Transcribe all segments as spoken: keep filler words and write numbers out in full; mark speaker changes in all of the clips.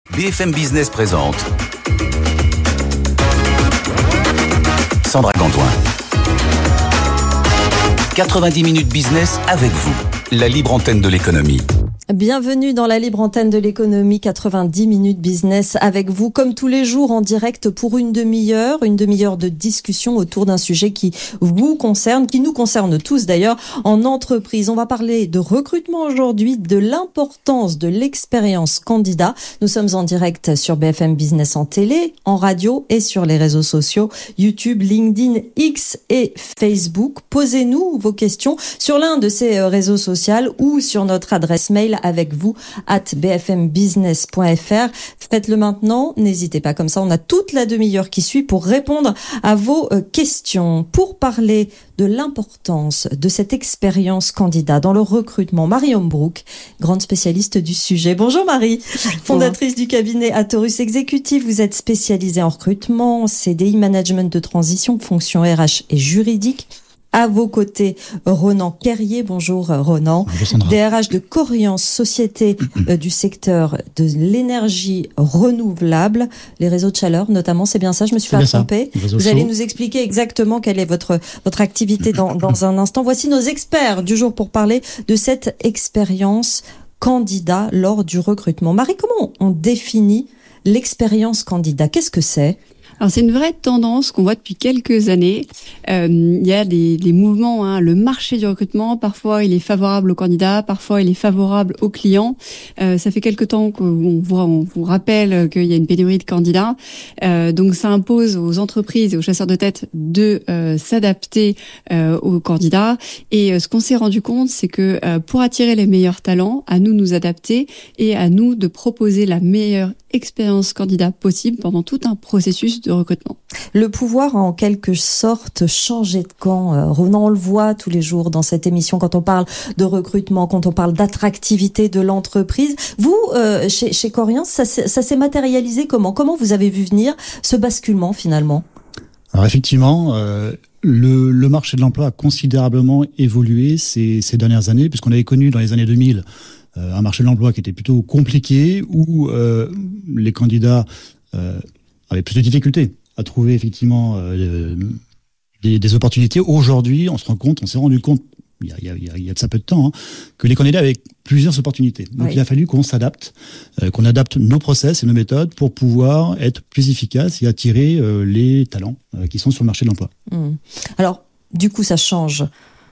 Speaker 1: B F M Business présente Sandra Gantoin. quatre-vingt-dix minutes business avec vous, la libre antenne de l'économie.
Speaker 2: Bienvenue dans la libre antenne de l'économie, quatre-vingt-dix minutes business avec vous, comme tous les jours en direct pour une demi-heure, une demi-heure de discussion autour d'un sujet qui vous concerne, qui nous concerne tous d'ailleurs en entreprise. On va parler de recrutement aujourd'hui, de l'importance de l'expérience candidat. Nous sommes en direct sur B F M Business en télé, en radio et sur les réseaux sociaux, YouTube, LinkedIn, X et Facebook. Posez-nous vos questions sur l'un de ces réseaux sociaux ou sur notre adresse mail avec vous, at b f m business point f r. Faites-le maintenant, n'hésitez pas, comme ça on a toute la demi-heure qui suit pour répondre à vos questions. Pour parler de l'importance de cette expérience candidat dans le recrutement, Marie Hombrook, grande spécialiste du sujet. Bonjour Marie, fondatrice du cabinet Atorus Exécutif. Vous êtes spécialisée en recrutement, C D I, management de transition, fonction R H et juridique. À vos côtés, Ronan Kerrier. Bonjour Ronan.
Speaker 3: Bonjour
Speaker 2: D R H de Coriance, société euh, du secteur de l'énergie renouvelable, les réseaux de chaleur notamment, c'est bien ça, je me suis c'est pas trompée. Vous allez nous expliquer exactement quelle est votre, votre activité dans, dans un instant. Voici nos experts du jour pour parler de cette expérience candidat lors du recrutement. Marie, comment on définit l'expérience candidat? Qu'est-ce que c'est?
Speaker 4: Alors c'est une vraie tendance qu'on voit depuis quelques années. Euh, il y a des, des mouvements. Hein. Le marché du recrutement, parfois il est favorable aux candidats, parfois il est favorable aux clients. Euh, ça fait quelques temps qu'on vous, on vous rappelle qu'il y a une pénurie de candidats. Euh, donc ça impose aux entreprises et aux chasseurs de tête de euh, s'adapter euh, aux candidats. Et euh, ce qu'on s'est rendu compte, c'est que euh, pour attirer les meilleurs talents, à nous nous adapter et à nous de proposer la meilleure expérience candidat possible pendant tout un processus de recrutement.
Speaker 2: Le pouvoir a en quelque sorte changé de camp. Euh, Ronan, on le voit tous les jours dans cette émission quand on parle de recrutement, quand on parle d'attractivité de l'entreprise. Vous, euh, chez, chez Coriance, ça, ça s'est matérialisé comment? Comment vous avez vu venir ce basculement finalement?
Speaker 3: Alors effectivement, euh, le, le marché de l'emploi a considérablement évolué ces, ces dernières années, puisqu'on avait connu dans les années deux mille euh, un marché de l'emploi qui était plutôt compliqué, où euh, les candidats euh, avaient plus de difficultés à trouver effectivement euh, des, des opportunités. Aujourd'hui, on se rend compte, on s'est rendu compte, il y a, il y a, il y a de ça peu de temps, hein, que les candidats avaient plusieurs opportunités. Donc oui. Il a fallu qu'on s'adapte, euh, qu'on adapte nos process et nos méthodes pour pouvoir être plus efficaces et attirer euh, les talents euh, qui sont sur le marché de l'emploi.
Speaker 2: Mmh. Alors, du coup, ça change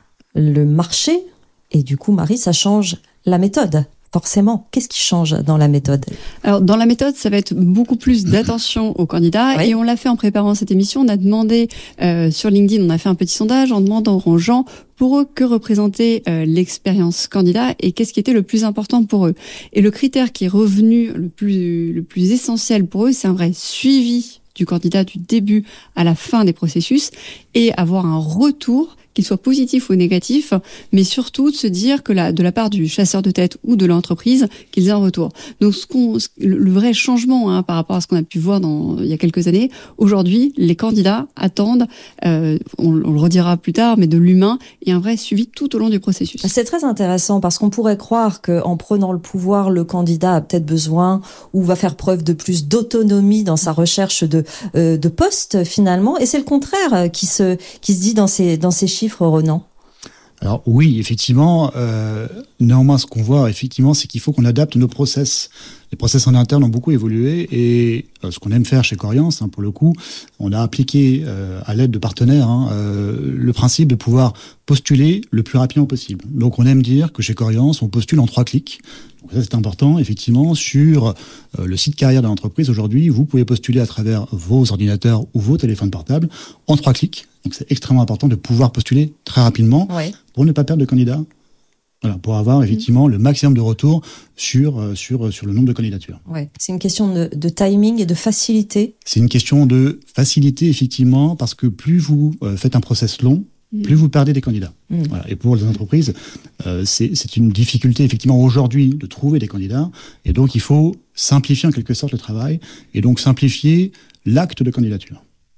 Speaker 2: le marché et du coup, Marie, ça change la méthode. Forcément, qu'est-ce qui change dans la méthode?
Speaker 4: Alors, dans la méthode, ça va être beaucoup plus d'attention aux candidats. Oui. Et on l'a fait en préparant cette émission. On a demandé euh, sur LinkedIn, on a fait un petit sondage en demandant aux gens, pour eux, que représentait euh, l'expérience candidat et qu'est-ce qui était le plus important pour eux. Et le critère qui est revenu le plus, le plus essentiel pour eux, c'est un vrai suivi du candidat du début à la fin des processus et avoir un retour, qu'il soit positif ou négatif, mais surtout de se dire que la, de la part du chasseur de tête ou de l'entreprise, qu'ils aient un retour. Donc ce qu'on, le, le vrai changement hein, par rapport à ce qu'on a pu voir dans, il y a quelques années, aujourd'hui, les candidats attendent, euh, on, on le redira plus tard, mais de l'humain et un vrai suivi tout au long du processus.
Speaker 2: C'est très intéressant parce qu'on pourrait croire qu'en prenant le pouvoir, le candidat a peut-être besoin ou va faire preuve de plus d'autonomie dans sa recherche de, euh, de poste finalement, et c'est le contraire qui se, qui se dit dans ces, dans ces chiffres. Ronan.
Speaker 3: Alors oui, effectivement, euh, néanmoins ce qu'on voit effectivement, c'est qu'il faut qu'on adapte nos process. Les process en interne ont beaucoup évolué et euh, ce qu'on aime faire chez Coriance, hein, pour le coup, on a appliqué euh, à l'aide de partenaires hein, euh, le principe de pouvoir postuler le plus rapidement possible. Donc on aime dire que chez Coriance, on postule en trois clics. Donc ça c'est important, effectivement, sur euh, le site carrière de l'entreprise. Aujourd'hui, vous pouvez postuler à travers vos ordinateurs ou vos téléphones portables en trois clics. Donc c'est extrêmement important de pouvoir postuler très rapidement oui. pour ne pas perdre de candidats. Voilà, pour avoir effectivement mmh. le maximum de retours sur, euh, sur, sur le nombre de candidatures.
Speaker 2: Ouais. C'est une question de, de timing et de facilité.
Speaker 3: C'est une question de facilité, effectivement, parce que plus vous euh, faites un process long, mmh. plus vous perdez des candidats. Mmh. Voilà. Et pour les entreprises, euh, c'est, c'est une difficulté, effectivement, aujourd'hui, de trouver des candidats. Et donc, il faut simplifier en quelque sorte le travail et donc simplifier l'acte de candidature.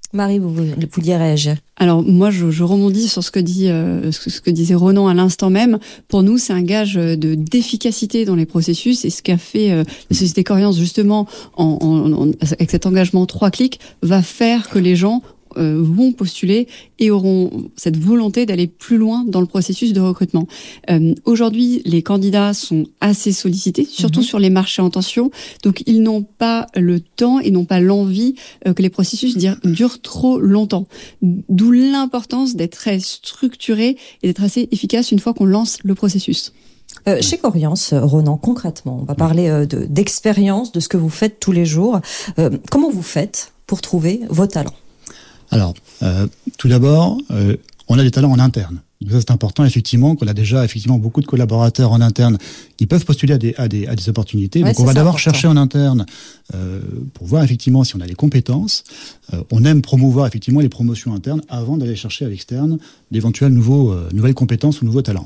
Speaker 2: Marie, vous, vous vouliez réagir?
Speaker 4: Alors moi, je, je rebondis sur ce que dit euh, ce, ce que disait Ronan à l'instant même. Pour nous, c'est un gage de d'efficacité dans les processus, et ce qu'a fait euh, la société Coriance justement en, en, en, avec cet engagement trois clics va faire que les gens Euh, vont postuler et auront cette volonté d'aller plus loin dans le processus de recrutement. Euh, aujourd'hui, les candidats sont assez sollicités, surtout mmh. sur les marchés en tension, donc ils n'ont pas le temps et n'ont pas l'envie euh, que les processus durent, durent trop longtemps. D'où l'importance d'être très structuré et d'être assez efficace une fois qu'on lance le processus.
Speaker 2: Euh, chez Coriance, Ronan, concrètement, on va parler euh, de, d'expérience, de ce que vous faites tous les jours. Euh, comment vous faites pour trouver vos talents ?
Speaker 3: Alors, euh, tout d'abord, euh, on a des talents en interne. Donc ça, c'est important, effectivement, qu'on a déjà effectivement beaucoup de collaborateurs en interne qui peuvent postuler à des, à des, à des opportunités. Ouais, donc on va d'abord important. chercher en interne euh, pour voir effectivement si on a les compétences. Euh, on aime promouvoir effectivement les promotions internes avant d'aller chercher à l'externe d'éventuelles nouveaux, euh, nouvelles compétences ou nouveaux talents.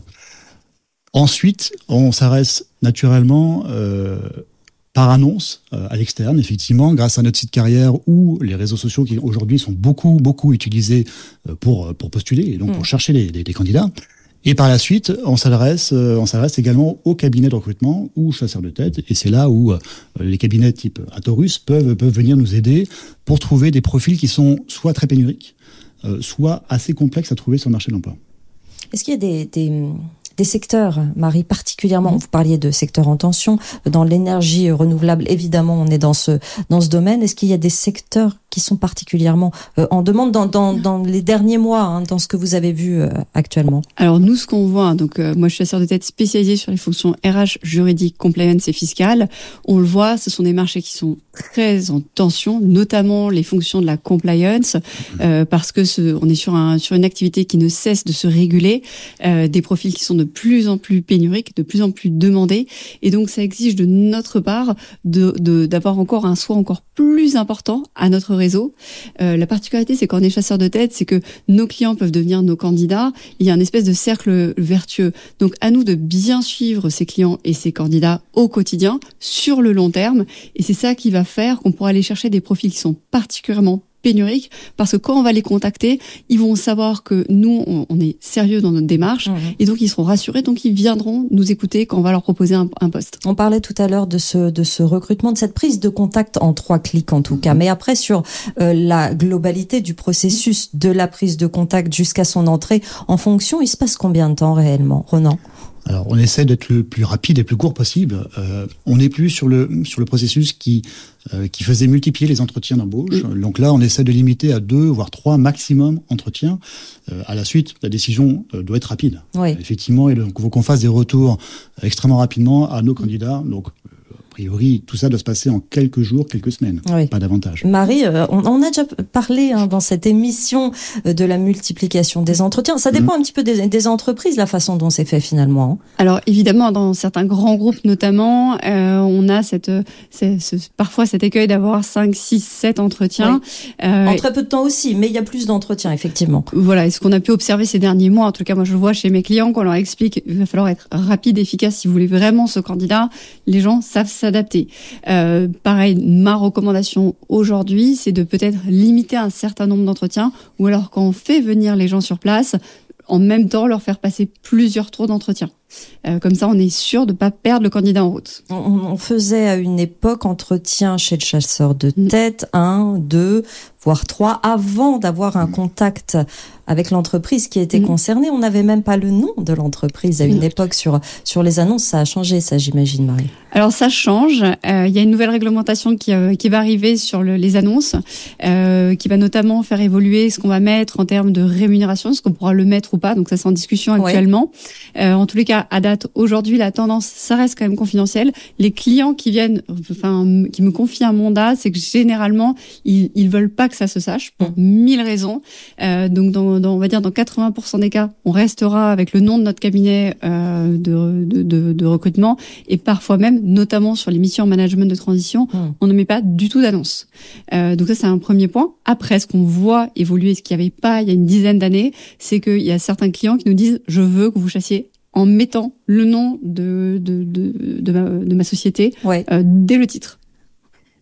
Speaker 3: Ensuite, on s'adresse naturellement euh, par annonce euh, à l'externe, effectivement, grâce à notre site carrière ou les réseaux sociaux qui aujourd'hui sont beaucoup, beaucoup utilisés euh, pour, pour postuler et donc mmh. pour chercher les, les, les candidats. Et par la suite, on s'adresse, euh, on s'adresse également aux cabinets de recrutement ou chasseurs de tête. Et c'est là où euh, les cabinets type Atorus peuvent, peuvent venir nous aider pour trouver des profils qui sont soit très pénuriques, euh, soit assez complexes à trouver sur le marché de l'emploi.
Speaker 2: Est-ce qu'il y a des... des... des secteurs, Marie, particulièrement, vous parliez de secteurs en tension, dans l'énergie renouvelable, évidemment, on est dans ce, dans ce domaine. Est-ce qu'il y a des secteurs qui sont particulièrement euh, en demande dans, dans, dans les derniers mois, hein, dans ce que vous avez vu euh, actuellement?
Speaker 4: Alors nous, ce qu'on voit, donc euh, moi je suis chasseur de tête spécialisée sur les fonctions R H, juridique, compliance et fiscale. On le voit, ce sont des marchés qui sont très en tension, notamment les fonctions de la compliance, euh, parce que ce, on est sur, un, sur une activité qui ne cesse de se réguler, euh, des profils qui sont de plus en plus pénuriques, de plus en plus demandés, et donc ça exige de notre part de, de, d'avoir encore un soin encore plus important à notre réseau. Euh, la particularité, c'est quand on est chasseur de tête, c'est que nos clients peuvent devenir nos candidats. Il y a un espèce de cercle vertueux. Donc, à nous de bien suivre ces clients et ces candidats au quotidien, sur le long terme. Et c'est ça qui va faire qu'on pourra aller chercher des profils qui sont particulièrement pénuriques, parce que quand on va les contacter, ils vont savoir que nous, on, on est sérieux dans notre démarche, mmh. et donc ils seront rassurés, donc ils viendront nous écouter quand on va leur proposer un, un poste.
Speaker 2: On parlait tout à l'heure de ce, de ce recrutement, de cette prise de contact en trois clics en tout cas, mais après sur euh, la globalité du processus de la prise de contact jusqu'à son entrée en fonction, il se passe combien de temps réellement, Ronan ?
Speaker 3: Alors, on essaie d'être le plus rapide et le plus court possible. Euh, on n'est plus sur le sur le processus qui euh, qui faisait multiplier les entretiens d'embauche. Oui. Donc là, on essaie de limiter à deux voire trois maximum entretiens. Euh, à la suite, la décision euh, doit être rapide.
Speaker 2: Oui.
Speaker 3: Euh, effectivement, et donc il faut qu'on fasse des retours extrêmement rapidement à nos candidats. Donc a priori, tout ça doit se passer en quelques jours, quelques semaines, oui. pas davantage.
Speaker 2: Marie, euh, on, on a déjà parlé hein, dans cette émission euh, de la multiplication des entretiens. Ça dépend mmh. un petit peu des, des entreprises, la façon dont c'est fait finalement. Hein.
Speaker 4: Alors évidemment, dans certains grands groupes notamment, euh, on a cette, cette, ce, parfois cet écueil d'avoir cinq, six, sept entretiens.
Speaker 2: Oui. Euh, en très peu de temps aussi, mais il y a plus d'entretiens, effectivement.
Speaker 4: Voilà, et ce qu'on a pu observer ces derniers mois, en tout cas moi je le vois chez mes clients, qu'on leur explique qu'il va falloir être rapide, efficace si vous voulez vraiment ce candidat. Les gens savent s'adapter. Euh, pareil, ma recommandation aujourd'hui, c'est de peut-être limiter un certain nombre d'entretiens, ou alors quand on fait venir les gens sur place, en même temps leur faire passer plusieurs tours d'entretien. Euh, comme ça, on est sûr de ne pas perdre le candidat en route.
Speaker 2: On, on faisait à une époque entretien chez le chasseur de tête, mmh. un, deux, voire trois, avant d'avoir un contact avec l'entreprise qui était mmh. concernée. On n'avait même pas le nom de l'entreprise à une mmh. époque sur, sur les annonces. Ça a changé, ça, j'imagine, Marie.
Speaker 4: Alors, ça change. Euh, il y a une nouvelle réglementation qui, euh, qui va arriver sur le, les annonces, euh, qui va notamment faire évoluer ce qu'on va mettre en termes de rémunération, est-ce qu'on pourra le mettre ou pas. Donc, ça, c'est en discussion actuellement. Ouais. Euh, en tous les cas, à date, aujourd'hui, la tendance, ça reste quand même confidentiel. Les clients qui viennent, enfin, qui me confient un mandat, c'est que généralement, ils, ils veulent pas que ça se sache pour mmh. mille raisons. Euh, donc, dans, dans, on va dire, dans quatre-vingts pour cent des cas, on restera avec le nom de notre cabinet euh, de, de, de, de recrutement, et parfois même, notamment sur les missions en management de transition, mmh. on ne met pas du tout d'annonce. Euh, donc ça, c'est un premier point. Après, ce qu'on voit évoluer, ce qu'il n'y avait pas il y a une dizaine d'années, c'est qu'il y a certains clients qui nous disent « je veux que vous chassiez » en mettant le nom de, de, de, de, ma, de ma société
Speaker 2: ouais.
Speaker 4: euh, dès le titre.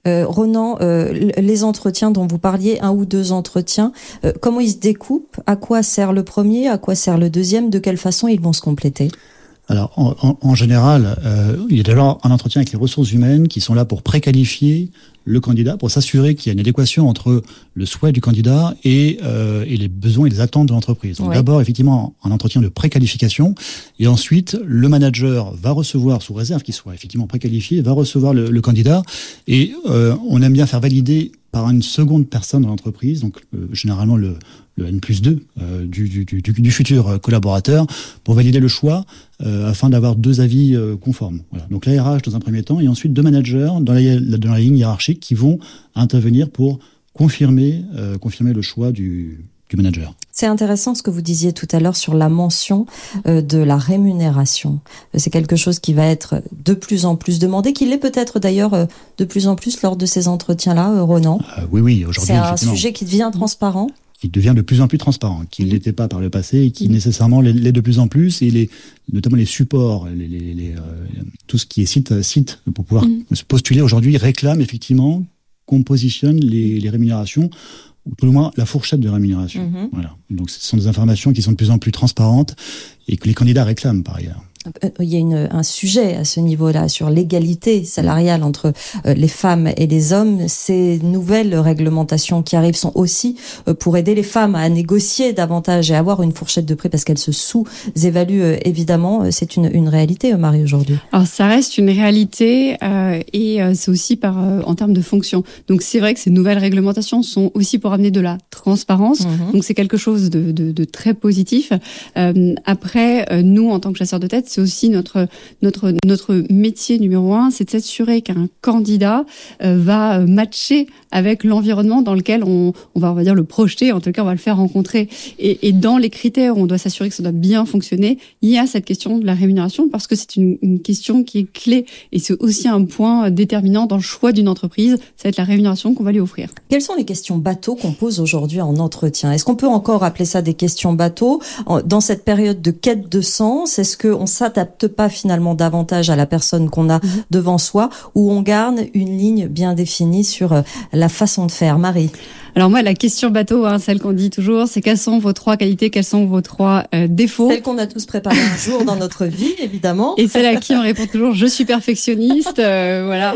Speaker 2: Euh, Ronan, euh, les entretiens dont vous parliez, un ou deux entretiens, euh, comment ils se découpent? À quoi sert le premier? À quoi sert le deuxième? De quelle façon ils vont se compléter?
Speaker 3: Alors, en, en, en général, euh, il y a d'abord un entretien avec les ressources humaines qui sont là pour préqualifier le candidat, pour s'assurer qu'il y a une adéquation entre le souhait du candidat et, euh, et les besoins et les attentes de l'entreprise. Donc, ouais. D'abord, effectivement, un entretien de préqualification, et ensuite, le manager va recevoir, sous réserve qu'il soit effectivement préqualifié, va recevoir le, le candidat, et euh, on aime bien faire valider par une seconde personne dans l'entreprise, donc euh, généralement le, le N plus deux euh, du, du, du, du futur collaborateur, pour valider le choix euh, afin d'avoir deux avis euh, conformes. Voilà. Donc la R H dans un premier temps, et ensuite deux managers dans la, dans la ligne hiérarchique qui vont intervenir pour confirmer, euh, confirmer le choix du, du manager.
Speaker 2: C'est intéressant ce que vous disiez tout à l'heure sur la mention euh, de la rémunération. C'est quelque chose qui va être de plus en plus demandé, qui l'est peut-être d'ailleurs euh, de plus en plus lors de ces entretiens-là, euh, Ronan.
Speaker 3: Euh, oui, oui, aujourd'hui.
Speaker 2: C'est un sujet qui devient transparent.
Speaker 3: Qui devient de plus en plus transparent, qui ne mmh. l'était pas par le passé et qui mmh. nécessairement l'est de plus en plus, et les, notamment les supports, les, les, les, euh, tout ce qui est site, site pour pouvoir mmh. se postuler aujourd'hui réclame effectivement qu'on positionne les, les rémunérations, ou tout le moins la fourchette de rémunération. Mmh. Voilà. Donc ce sont des informations qui sont de plus en plus transparentes et que les candidats réclament par ailleurs.
Speaker 2: Il y a une, un sujet à ce niveau-là sur l'égalité salariale entre euh, les femmes et les hommes. Ces nouvelles réglementations qui arrivent sont aussi euh, pour aider les femmes à négocier davantage et avoir une fourchette de prix parce qu'elles se sous-évaluent euh, évidemment. C'est une, une réalité, Marie, aujourd'hui.
Speaker 4: Alors ça reste une réalité euh, et euh, c'est aussi par euh, en termes de fonction. Donc c'est vrai que ces nouvelles réglementations sont aussi pour amener de la transparence. Mmh. Donc c'est quelque chose de, de, de très positif. Euh, après, euh, nous en tant que chasseurs de tête, c'est aussi notre notre notre métier numéro un, c'est de s'assurer qu'un candidat euh, va matcher avec l'environnement dans lequel on on va on va dire le projeter, en tout cas on va le faire rencontrer. Et, et dans les critères, on doit s'assurer que ça doit bien fonctionner. Il y a cette question de la rémunération parce que c'est une, une question qui est clé et c'est aussi un point déterminant dans le choix d'une entreprise. Ça va être la rémunération qu'on va lui offrir.
Speaker 2: Quelles sont les questions bateaux qu'on pose aujourd'hui en entretien? Est-ce qu'on peut encore appeler ça des questions bateaux dans cette période de quête de sens? Est-ce que on s'adapte pas finalement davantage à la personne qu'on a mmh. devant soi, ou on garde une ligne bien définie sur la façon de faire? Marie?
Speaker 4: Alors moi, la question bateau, hein, celle qu'on dit toujours, c'est quelles sont vos trois qualités, quels sont vos trois euh, défauts?
Speaker 2: Celle qu'on a tous préparée un jour dans notre vie, évidemment.
Speaker 4: Et celle à qui on répond toujours, je suis perfectionniste, euh, voilà.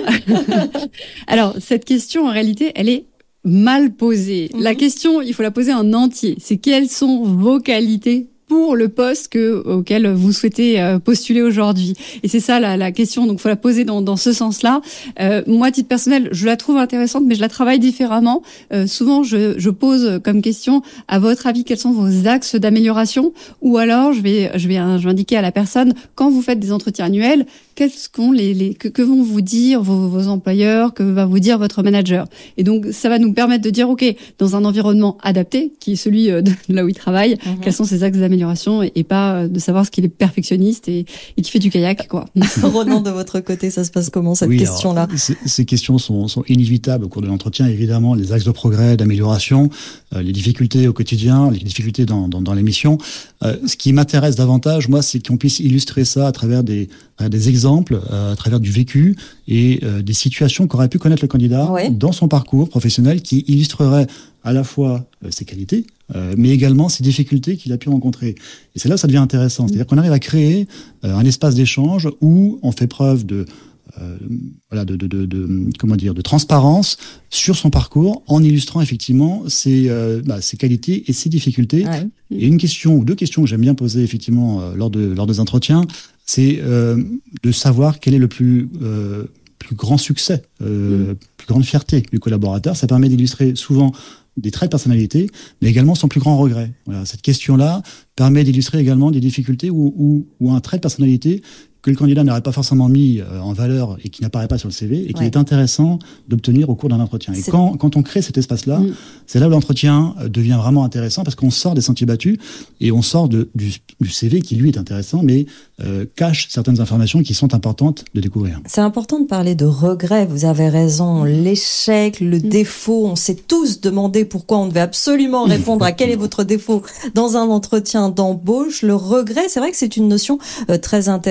Speaker 4: Alors, cette question, en réalité, elle est mal posée. Mmh. La question, il faut la poser en entier. C'est quelles sont vos qualités pour le poste que, auquel vous souhaitez euh, postuler aujourd'hui. Et c'est ça la, la question, donc il faut la poser dans, dans ce sens-là. Euh, moi, à titre personnel, je la trouve intéressante, mais je la travaille différemment. Euh, souvent, je, je pose comme question, à votre avis, quels sont vos axes d'amélioration? Ou alors, je vais, je vais, je vais indiquer à la personne, quand vous faites des entretiens annuels, qu'est-ce qu'on les, les que, que vont vous dire vos, vos employeurs, que va vous dire votre manager. Et donc, ça va nous permettre de dire, OK, dans un environnement adapté, qui est celui de là où il travaille, mmh. quels sont ces axes d'amélioration et, et pas de savoir ce qu'il est perfectionniste et, et qui fait du kayak, quoi.
Speaker 2: Ronan, de votre côté, ça se passe comment, cette
Speaker 3: oui,
Speaker 2: question-là?
Speaker 3: Alors, ces questions sont, sont inévitables au cours de l'entretien, évidemment, les axes de progrès, d'amélioration, euh, les difficultés au quotidien, les difficultés dans, dans, dans l'émission. Euh, ce qui m'intéresse davantage, moi, c'est qu'on puisse illustrer ça à travers des, à des exemples, euh, à travers du vécu et euh, des situations qu'aurait pu connaître le candidat ouais. dans son parcours professionnel, qui illustrerait à la fois euh, ses qualités, euh, mais également ses difficultés qu'il a pu rencontrer. Et c'est là où ça devient intéressant. C'est-à-dire qu'on arrive à créer euh, un espace d'échange où on fait preuve de Euh, voilà, de, de, de, de, comment dire, de transparence sur son parcours, en illustrant effectivement ses, euh, bah, ses qualités et ses difficultés. Ouais. Et une question ou deux questions que j'aime bien poser effectivement euh, lors de lors des entretiens, c'est euh, de savoir quel est le plus euh, plus grand succès, euh, mmh. plus grande fierté du collaborateur. Ça permet d'illustrer souvent des traits de personnalité, mais également son plus grand regret. Voilà, cette question-là permet d'illustrer également des difficultés ou, ou, ou un trait de personnalité que le candidat n'aurait pas forcément mis en valeur et qui n'apparaît pas sur le C V et qui ouais. est intéressant d'obtenir au cours d'un entretien. Et quand, quand on crée cet espace-là, mmh. c'est là où l'entretien devient vraiment intéressant parce qu'on sort des sentiers battus et on sort de, du, du C V qui, lui, est intéressant, mais euh, cache certaines informations qui sont importantes de découvrir.
Speaker 2: C'est important de parler de regret, vous avez raison. L'échec, le mmh. défaut, on s'est tous demandé pourquoi on devait absolument répondre à quel est votre défaut dans un entretien d'embauche. Le regret, c'est vrai que c'est une notion euh, très intéressante.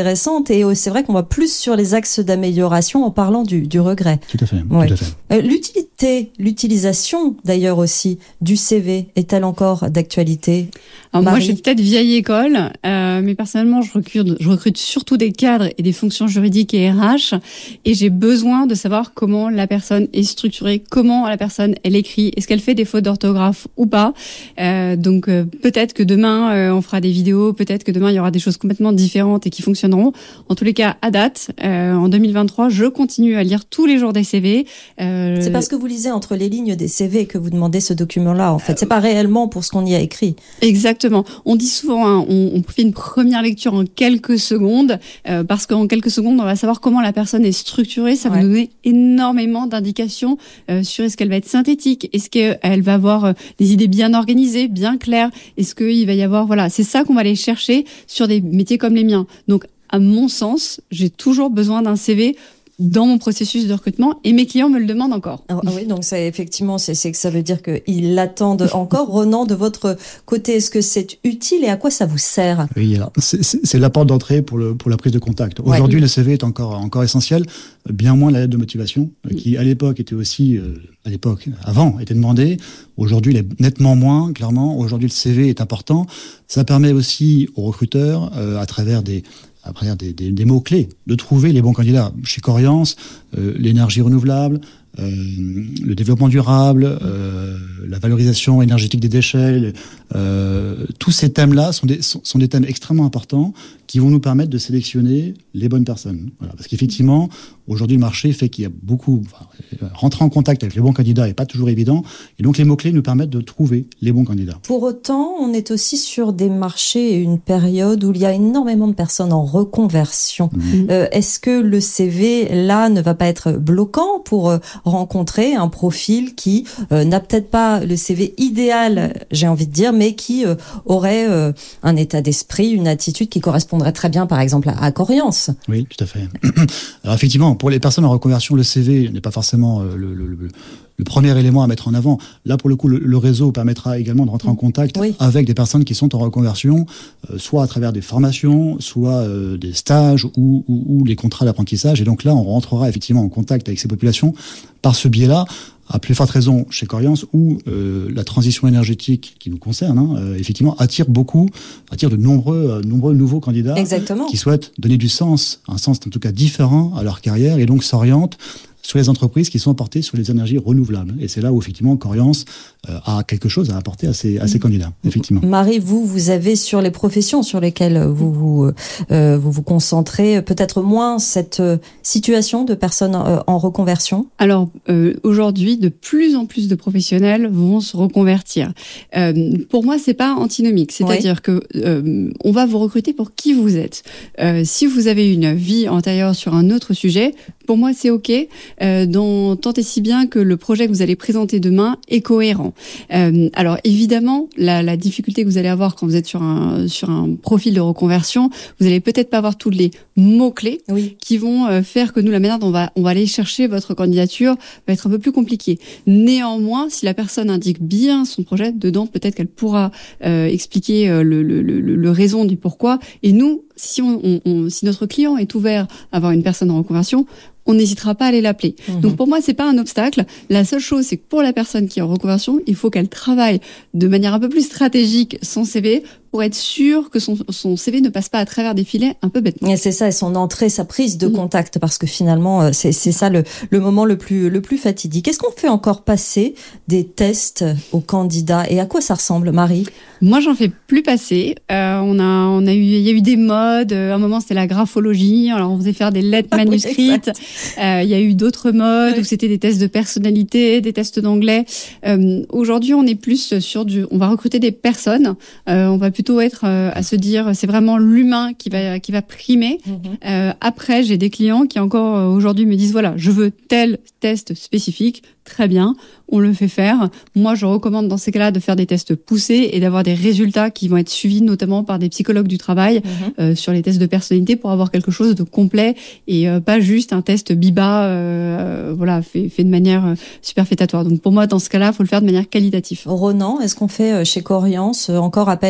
Speaker 2: intéressante et c'est vrai qu'on va plus sur les axes d'amélioration en parlant du, du regret.
Speaker 3: Tout à fait.
Speaker 2: Ouais.
Speaker 3: Tout à fait.
Speaker 2: Euh, l'utilité, l'utilisation d'ailleurs aussi du C V est-elle encore d'actualité?
Speaker 4: Alors
Speaker 2: Marie?
Speaker 4: moi, je suis peut-être vieille école, euh, mais personnellement, je recrute, je recrute surtout des cadres et des fonctions juridiques et R H, et j'ai besoin de savoir comment la personne est structurée, comment la personne elle écrit, est-ce qu'elle fait des fautes d'orthographe ou pas. Euh, donc euh, peut-être que demain euh, on fera des vidéos, peut-être que demain il y aura des choses complètement différentes et qui fonctionneront. En tous les cas, à date, euh, en deux mille vingt-trois, je continue à lire tous les jours des C V. Euh,
Speaker 2: C'est parce que vous lisez entre les lignes des C V que vous demandez ce document-là. En fait, c'est pas réellement pour ce qu'on y a écrit.
Speaker 4: Exactement. On dit souvent, hein, on, on fait une première lecture en quelques secondes, euh, parce qu'en quelques secondes, on va savoir comment la personne est structurée. Ça
Speaker 2: Ouais.
Speaker 4: va nous donner énormément d'indications euh, sur est-ce qu'elle va être synthétique, est-ce qu'elle va avoir euh, des idées bien organisées, bien claires, est-ce qu'il va y avoir, voilà, c'est ça qu'on va aller chercher sur des métiers comme les miens. Donc, à mon sens, j'ai toujours besoin d'un C V dans mon processus de recrutement et mes clients me le demandent encore.
Speaker 2: Ah oui, donc ça, effectivement, c'est, c'est que ça veut dire qu'ils l'attendent encore. Ronan, de votre côté, est-ce que c'est utile et à quoi ça vous sert?
Speaker 3: Oui, alors, c'est, c'est, c'est la porte d'entrée pour, le, pour la prise de contact.
Speaker 2: Ouais.
Speaker 3: Aujourd'hui, le C V est encore, encore essentiel, bien moins la lettre de motivation, euh, qui à l'époque était aussi, euh, à l'époque, avant, était demandée. Aujourd'hui, il est nettement moins, clairement. Aujourd'hui, le C V est important. Ça permet aussi aux recruteurs, euh, à travers des à travers des, des, des mots-clés, de trouver les bons candidats. Chez Coriance, euh, l'énergie renouvelable, euh, le développement durable, euh, la valorisation énergétique des déchets, euh, tous ces thèmes-là sont des, sont, sont des thèmes extrêmement importants qui vont nous permettre de sélectionner les bonnes personnes. Voilà, parce qu'effectivement, aujourd'hui, le marché fait qu'il y a beaucoup... Enfin, rentrer en contact avec les bons candidats n'est pas toujours évident, et donc les mots-clés nous permettent de trouver les bons candidats.
Speaker 2: Pour autant, on est aussi sur des marchés et une période où il y a énormément de personnes en reconversion. Mmh. Euh, est-ce que le C V, là, ne va pas être bloquant pour euh, rencontrer un profil qui euh, n'a peut-être pas le C V idéal, j'ai envie de dire, mais qui euh, aurait euh, un état d'esprit, une attitude qui correspondrait très bien, par exemple, à, à Coriance?
Speaker 3: Oui, tout à fait. Alors effectivement, pour les personnes en reconversion, le C V n'est pas forcément euh, le, le, le, le premier élément à mettre en avant. Là, pour le coup, le, le réseau permettra également de rentrer en contact oui. avec des personnes qui sont en reconversion, euh, soit à travers des formations, soit euh, des stages ou, ou, ou les contrats d'apprentissage. Et donc là, on rentrera effectivement en contact avec ces populations par ce biais-là. À plus forte raison chez Coriance, où euh, la transition énergétique qui nous concerne, hein, euh, effectivement, attire beaucoup, attire de nombreux, euh, nombreux nouveaux candidats
Speaker 2: Exactement.
Speaker 3: qui souhaitent donner du sens, un sens en tout cas différent à leur carrière, et donc s'orientent sur les entreprises qui sont portées sur les énergies renouvelables. Et c'est là où, effectivement, Coriance euh, a quelque chose à apporter à ses, à ses candidats, effectivement.
Speaker 2: Marie, vous, vous avez sur les professions sur lesquelles vous vous, euh, vous, vous concentrez, peut-être moins cette situation de personnes euh, en reconversion?
Speaker 4: Alors, euh, aujourd'hui, de plus en plus de professionnels vont se reconvertir. Euh, pour moi, c'est pas antinomique. C'est-à-dire oui. que euh, on va vous recruter pour qui vous êtes. Euh, si vous avez une vie antérieure sur un autre sujet, pour moi, c'est OK. Euh, dans, tant et si bien que le projet que vous allez présenter demain est cohérent. Euh, alors évidemment, la, la difficulté que vous allez avoir quand vous êtes sur un sur un profil de reconversion, vous allez peut-être pas avoir tous les mots clés oui. qui vont euh, faire que nous, la manière dont on va on va aller chercher votre candidature va être un peu plus compliquée. Néanmoins, si la personne indique bien son projet dedans, peut-être qu'elle pourra euh, expliquer euh, le, le, le, le raison du pourquoi. Et nous, si on, on, on si notre client est ouvert à avoir une personne en reconversion, on n'hésitera pas à aller l'appeler. Mmh. Donc pour moi, c'est pas un obstacle. La seule chose, c'est que pour la personne qui est en reconversion, il faut qu'elle travaille de manière un peu plus stratégique son C V pour être sûr que son, son C V ne passe pas à travers des filets un peu bêtement.
Speaker 2: Et c'est ça, et son entrée, sa prise de mmh. contact, parce que finalement, c'est, c'est ça le, le moment le plus, le plus fatidique. Est-ce qu'on fait encore passer des tests aux candidats et à quoi ça ressemble, Marie?
Speaker 4: Moi, j'en fais plus passer. Euh, on a, on a eu, il y a eu des modes. À un moment, c'était la graphologie. Alors, on faisait faire des lettres manuscrites. Euh, il y a eu d'autres modes oui. où c'était des tests de personnalité, des tests d'anglais. Euh, aujourd'hui, on est plus sur du, on va recruter des personnes. Euh, on va plutôt être euh, à se dire, c'est vraiment l'humain qui va, qui va primer. Mm-hmm. Euh, après, j'ai des clients qui encore euh, aujourd'hui me disent, voilà, je veux tel test spécifique. Très bien, on le fait faire. Moi, je recommande dans ces cas-là de faire des tests poussés et d'avoir des résultats qui vont être suivis notamment par des psychologues du travail mmh. euh, sur les tests de personnalité pour avoir quelque chose de complet et euh, pas juste un test biba, euh, voilà, fait, fait de manière euh, superfétatoire. Donc pour moi, dans ce cas-là, il faut le faire de manière qualitative.
Speaker 2: Ronan, est-ce qu'on fait chez Coriance encore appel à des tests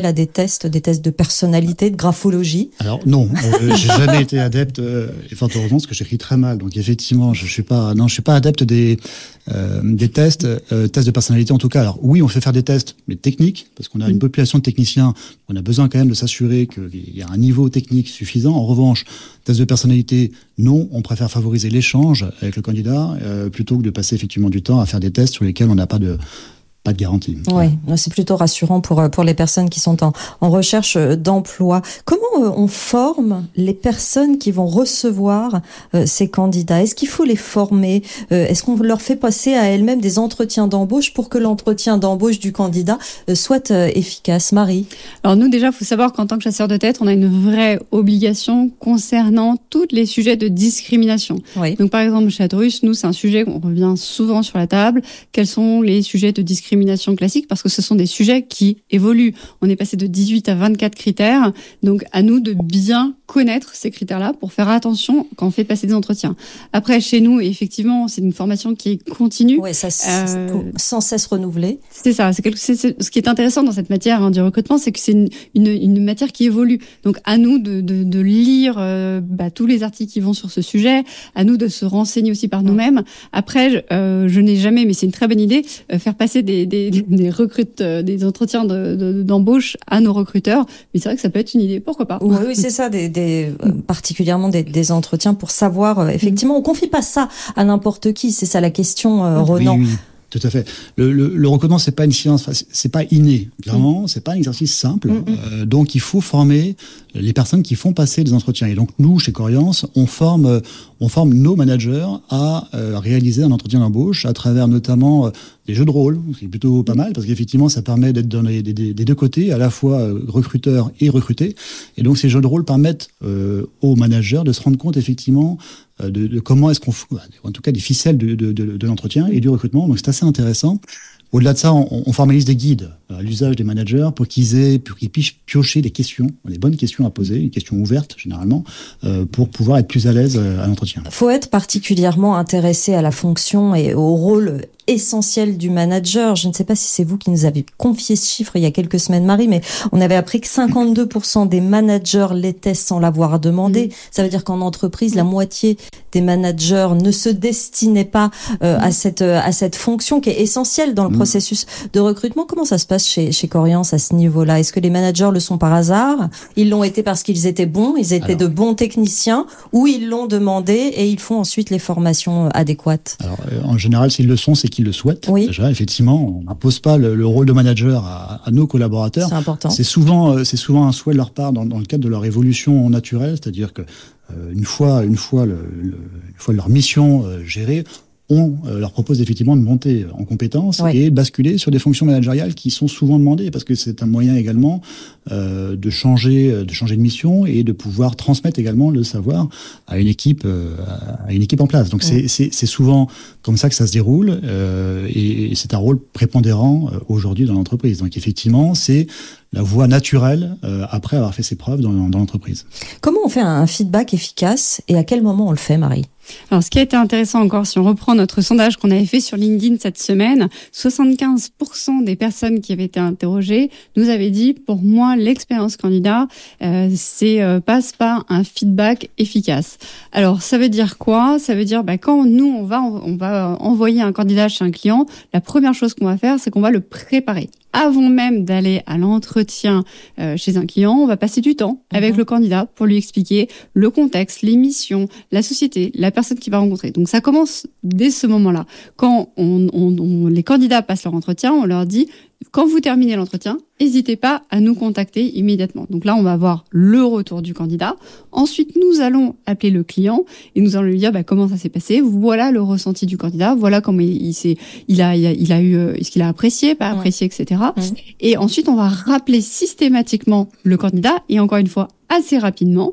Speaker 2: tests, des tests de personnalité, de graphologie?
Speaker 3: Alors non, euh, j'ai jamais été adepte, euh, et fort heureusement parce que j'écris très mal. Donc effectivement, je suis pas, non, je suis pas adepte des euh, des tests, euh, tests de personnalité en tout cas. Alors oui, on fait faire des tests, mais techniques, parce qu'on a une population de techniciens. On a besoin quand même de s'assurer qu'il y a un niveau technique suffisant. En revanche, tests de personnalité, non, on préfère favoriser l'échange avec le candidat euh, plutôt que de passer effectivement du temps à faire des tests sur lesquels on n'a pas de pas de garantie.
Speaker 2: Oui, c'est plutôt rassurant pour pour les personnes qui sont en, en recherche d'emploi. Comment on forme les personnes qui vont recevoir euh, ces candidats? Est-ce qu'il faut les former? euh, Est-ce qu'on leur fait passer à elles-mêmes des entretiens d'embauche pour que l'entretien d'embauche du candidat euh, soit euh, efficace? Marie?
Speaker 4: Alors nous, déjà, il faut savoir qu'en tant que chasseur de tête, on a une vraie obligation concernant tous les sujets de discrimination.
Speaker 2: Oui.
Speaker 4: Donc par exemple, chez Adrus, nous, c'est un sujet qu'on revient souvent sur la table. Quels sont les sujets de discrimination classique, parce que ce sont des sujets qui évoluent. On est passé de dix-huit à vingt-quatre critères, donc à nous de bien connaître ces critères-là pour faire attention quand on fait passer des entretiens. Après, chez nous, effectivement, c'est une formation qui est continue.
Speaker 2: Oui, ça euh, sans cesse renouvelée.
Speaker 4: C'est ça. C'est, quelque, c'est, c'est ce qui est intéressant dans cette matière hein, du recrutement, c'est que c'est une, une, une matière qui évolue. Donc à nous de, de, de lire euh, bah, tous les articles qui vont sur ce sujet, à nous de se renseigner aussi par nous-mêmes. Après, euh, je n'ai jamais, mais c'est une très bonne idée, euh, faire passer des Des, des recrutes, des entretiens de, de, d'embauche à nos recruteurs, mais c'est vrai que ça peut être une idée, pourquoi pas?
Speaker 2: Oui, oui c'est ça, des, des, euh, particulièrement des, des entretiens pour savoir, euh, effectivement, on confie pas ça à n'importe qui, c'est ça la question, euh, Ronan.
Speaker 3: Oui, oui. Tout à fait. Le, le, le recrutement, c'est pas une science, c'est pas inné. Clairement, mmh. c'est pas un exercice simple. Mmh. Euh, donc, il faut former les personnes qui font passer des entretiens. Et donc, nous, chez Coriance, on forme, on forme nos managers à euh, réaliser un entretien d'embauche à travers notamment euh, des jeux de rôle, ce qui est plutôt pas mal parce qu'effectivement, ça permet d'être dans les, des, des deux côtés, à la fois euh, recruteur et recruté. Et donc, ces jeux de rôle permettent euh, aux managers de se rendre compte effectivement De, de comment est-ce qu'on, en tout cas des ficelles de, de, de, de l'entretien et du recrutement. Donc c'est assez intéressant. Au-delà de ça, on, on formalise des guides à l'usage des managers pour qu'ils aient, pour qu'ils puissent piocher des questions, des bonnes questions à poser, des questions ouvertes généralement, euh, pour pouvoir être plus à l'aise à l'entretien.
Speaker 2: Faut être particulièrement intéressé à la fonction et au rôle essentiel du manager. Je ne sais pas si c'est vous qui nous avez confié ce chiffre il y a quelques semaines, Marie, mais on avait appris que cinquante-deux pour cent des managers l'étaient sans l'avoir demandé. Mmh. Ça veut dire qu'en entreprise, la moitié des managers ne se destinaient pas euh, mmh. à cette à cette fonction qui est essentielle dans le mmh. processus de recrutement. Comment ça se passe chez chez Coriance à ce niveau-là? Est-ce que les managers le sont par hasard? Ils l'ont été parce qu'ils étaient bons, ils étaient alors, de bons techniciens, ou ils l'ont demandé et ils font ensuite les formations adéquates? Alors,
Speaker 3: euh, en général, s'ils le sont, c'est qu'ils le souhaitent. Oui. Déjà, effectivement, on n'impose pas le, le rôle de manager à, à nos collaborateurs.
Speaker 2: C'est important.
Speaker 3: C'est souvent, c'est souvent un souhait de leur part dans, dans le cadre de leur évolution naturelle, c'est-à-dire que euh, une fois, une fois, le, le, une fois leur mission euh, gérée, on euh, leur propose effectivement de monter en compétences ouais. et de basculer sur des fonctions managériales qui sont souvent demandées parce que c'est un moyen également euh, de changer, de changer de mission et de pouvoir transmettre également le savoir à une équipe, euh, à une équipe en place. Donc ouais. c'est, c'est, c'est souvent comme ça que ça se déroule euh, et, et c'est un rôle prépondérant euh, aujourd'hui dans l'entreprise. Donc effectivement, c'est la voie naturelle euh, après avoir fait ses preuves dans, dans l'entreprise.
Speaker 2: Comment on fait un feedback efficace et à quel moment on le fait, Marie?
Speaker 4: Alors, ce qui a été intéressant encore, si on reprend notre sondage qu'on avait fait sur LinkedIn cette semaine, soixante-quinze pour cent des personnes qui avaient été interrogées nous avaient dit, pour moi, l'expérience candidat, euh, c'est euh, passe par un feedback efficace. Alors, ça veut dire quoi? Ça veut dire, bah, quand nous, on va, on va envoyer un candidat chez un client, la première chose qu'on va faire, c'est qu'on va le préparer. Avant même d'aller à l'entretien euh, chez un client, on va passer du temps mmh. avec le candidat pour lui expliquer le contexte, les missions, la société, la personne qu'il va rencontrer. Donc ça commence dès ce moment-là. Quand on, on, on, les candidats passent leur entretien, on leur dit quand vous terminez l'entretien, n'hésitez pas à nous contacter immédiatement. Donc là, on va avoir le retour du candidat. Ensuite, nous allons appeler le client et nous allons lui dire bah, comment ça s'est passé. Voilà le ressenti du candidat. Voilà comment il, il, s'est, il, a, il, a, il a eu, ce qu'il a apprécié, pas apprécié, et cetera. Mmh. Et ensuite, on va rappeler systématiquement le candidat et encore une fois, assez rapidement,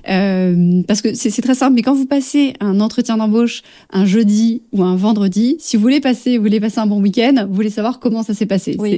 Speaker 4: euh, parce que c'est, c'est très simple. Mais quand vous passez un entretien d'embauche un jeudi ou un vendredi, si vous voulez passer, vous voulez passer un bon week-end, vous voulez savoir comment ça s'est passé. Oui. C'est,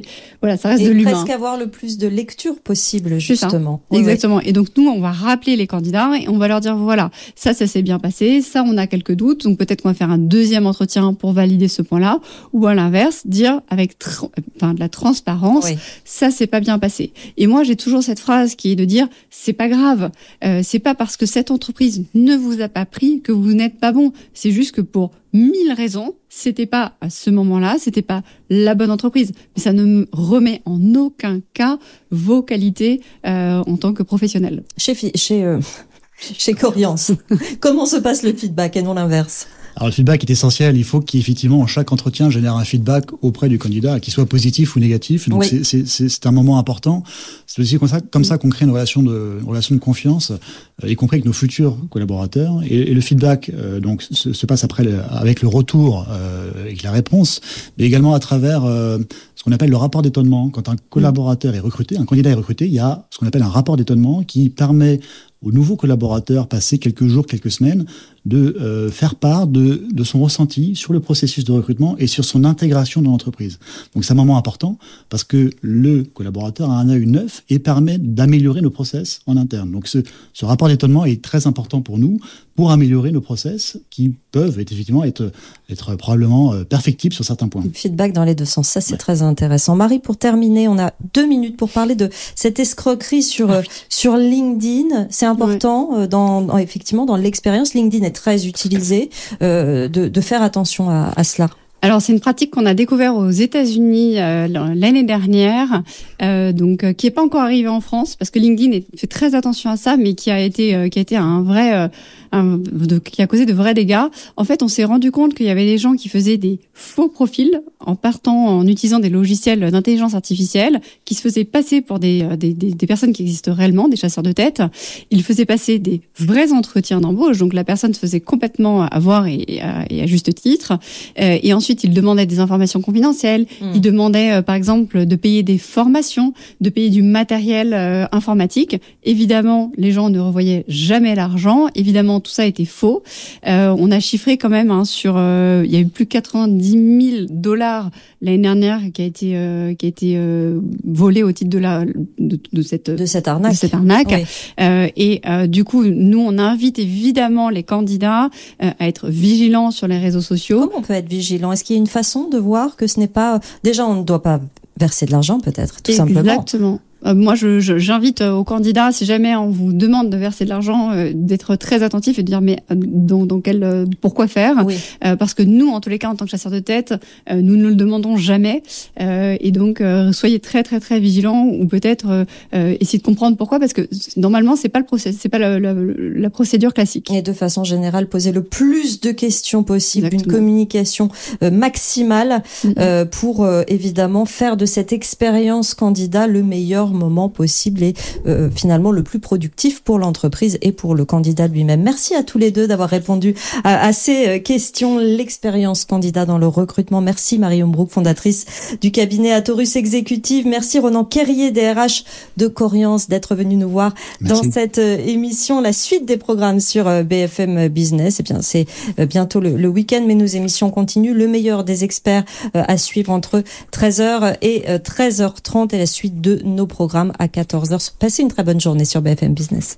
Speaker 4: voilà, ça reste
Speaker 2: et
Speaker 4: de l'humain.
Speaker 2: Presque avoir le plus de lecture possible, justement.
Speaker 4: Oui, Exactement. Oui. Et donc nous, on va rappeler les candidats et on va leur dire voilà, ça, ça s'est bien passé, ça, on a quelques doutes, donc peut-être qu'on va faire un deuxième entretien pour valider ce point-là, ou à l'inverse, dire avec tr- enfin, de la transparence, oui. ça, c'est pas bien passé. Et moi, j'ai toujours cette phrase qui est de dire c'est pas grave, euh, c'est pas parce que cette entreprise ne vous a pas pris que vous n'êtes pas bon. C'est juste que pour mille raisons, c'était pas à ce moment-là, c'était pas la bonne entreprise. Mais ça ne remet en aucun cas vos qualités euh, en tant que professionnel.
Speaker 2: Chez chez euh, chez Coriance, comment se passe le feedback et non l'inverse?
Speaker 3: Alors le feedback est essentiel. Il faut qu'effectivement chaque entretien génère un feedback auprès du candidat, qu'il soit positif ou négatif. Donc oui. c'est, c'est, c'est, c'est un moment important. C'est aussi comme ça, comme ça qu'on crée une relation de, une relation de confiance, euh, y compris avec nos futurs collaborateurs. Et, et le feedback euh, donc se, se passe après le, avec le retour, euh, avec la réponse, mais également à travers euh, ce qu'on appelle le rapport d'étonnement. Quand un collaborateur est recruté, un candidat est recruté, il y a ce qu'on appelle un rapport d'étonnement qui permet aux nouveaux collaborateurs, passés quelques jours, quelques semaines, de euh, faire part de, de son ressenti sur le processus de recrutement et sur son intégration dans l'entreprise. Donc c'est un moment important parce que le collaborateur a un œil neuf et permet d'améliorer nos process en interne. Donc ce, ce rapport d'étonnement est très important pour nous pour améliorer nos process qui peuvent effectivement être, être probablement perfectibles sur certains points.
Speaker 2: Le feedback dans les deux sens, ça c'est ouais. très intéressant. Marie, pour terminer, on a deux minutes pour parler de cette escroquerie sur, ah oui. sur LinkedIn. C'est important ouais. dans, dans, effectivement dans l'expérience. LinkedIn est très utilisé, euh, de, de faire attention à, à cela.
Speaker 4: Alors c'est une pratique qu'on a découvert aux États-Unis euh, l'année dernière, euh, donc euh, qui est pas encore arrivée en France parce que LinkedIn est, fait très attention à ça, mais qui a été euh, qui a été un vrai euh, un, de, qui a causé de vrais dégâts. En fait, on s'est rendu compte qu'il y avait des gens qui faisaient des faux profils en partant en utilisant des logiciels d'intelligence artificielle, qui se faisaient passer pour des des, des, des personnes qui existent réellement, des chasseurs de tête. Ils faisaient passer des vrais entretiens d'embauche, donc la personne se faisait complètement avoir et, et, à, et à juste titre, euh, et ensuite il demandait des informations confidentielles, mmh. il demandait euh, par exemple de payer des formations, de payer du matériel euh, informatique. Évidemment, les gens ne revoyaient jamais l'argent. Évidemment, tout ça était faux. Euh, on a chiffré quand même hein, sur, euh, il y a eu plus de quatre-vingt-dix mille dollars l'année dernière qui a été euh, qui a été euh, volé au titre de la de, de cette
Speaker 2: de cette arnaque.
Speaker 4: De cette arnaque.
Speaker 2: Oui.
Speaker 4: Euh, et euh, du coup, nous on invite évidemment les candidats euh, à être vigilants sur les réseaux sociaux.
Speaker 2: Comment on peut être vigilant? Est-ce qu'il y a une façon de voir que ce n'est pas déjà on ne doit pas verser de l'argent peut-être tout
Speaker 4: Exactement.
Speaker 2: simplement.
Speaker 4: Exactement. Euh, moi, je, je, j'invite euh, aux candidats, si jamais on vous demande de verser de l'argent, euh, d'être très attentif et de dire mais euh, dans, dans quel, euh, pourquoi faire
Speaker 2: oui.
Speaker 4: euh, Parce que nous, en tous les cas, en tant que chasseurs de tête, euh, nous ne le demandons jamais. Euh, et donc, euh, soyez très très très vigilants ou peut-être euh, euh, essayez de comprendre pourquoi, parce que normalement, c'est pas le process, c'est pas la, la, la procédure classique.
Speaker 2: Et de façon générale, poser le plus de questions possible,
Speaker 4: Exactement.
Speaker 2: Une communication euh, maximale mm-hmm. euh, pour euh, évidemment faire de cette expérience candidat le meilleur moment possible et euh, finalement le plus productif pour l'entreprise et pour le candidat lui-même. Merci à tous les deux d'avoir répondu à, à ces questions. L'expérience candidat dans le recrutement. Merci Marie Hombrouck, fondatrice du cabinet Atorus Exécutive. Merci Ronan Querrier, D R H de Coriance, d'être venu nous voir Merci. Dans cette euh, émission. La suite des programmes sur euh, B F M Business, eh bien c'est euh, bientôt le, le week-end, mais nos émissions continuent. Le meilleur des experts euh, à suivre entre treize heures et euh, treize heures trente et la suite de nos programmes à quatorze heures. Passez une très bonne journée sur B F M Business.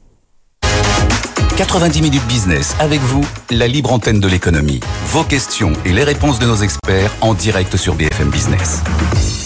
Speaker 1: quatre-vingt-dix minutes business avec vous, la libre antenne de l'économie. Vos questions et les réponses de nos experts en direct sur B F M Business.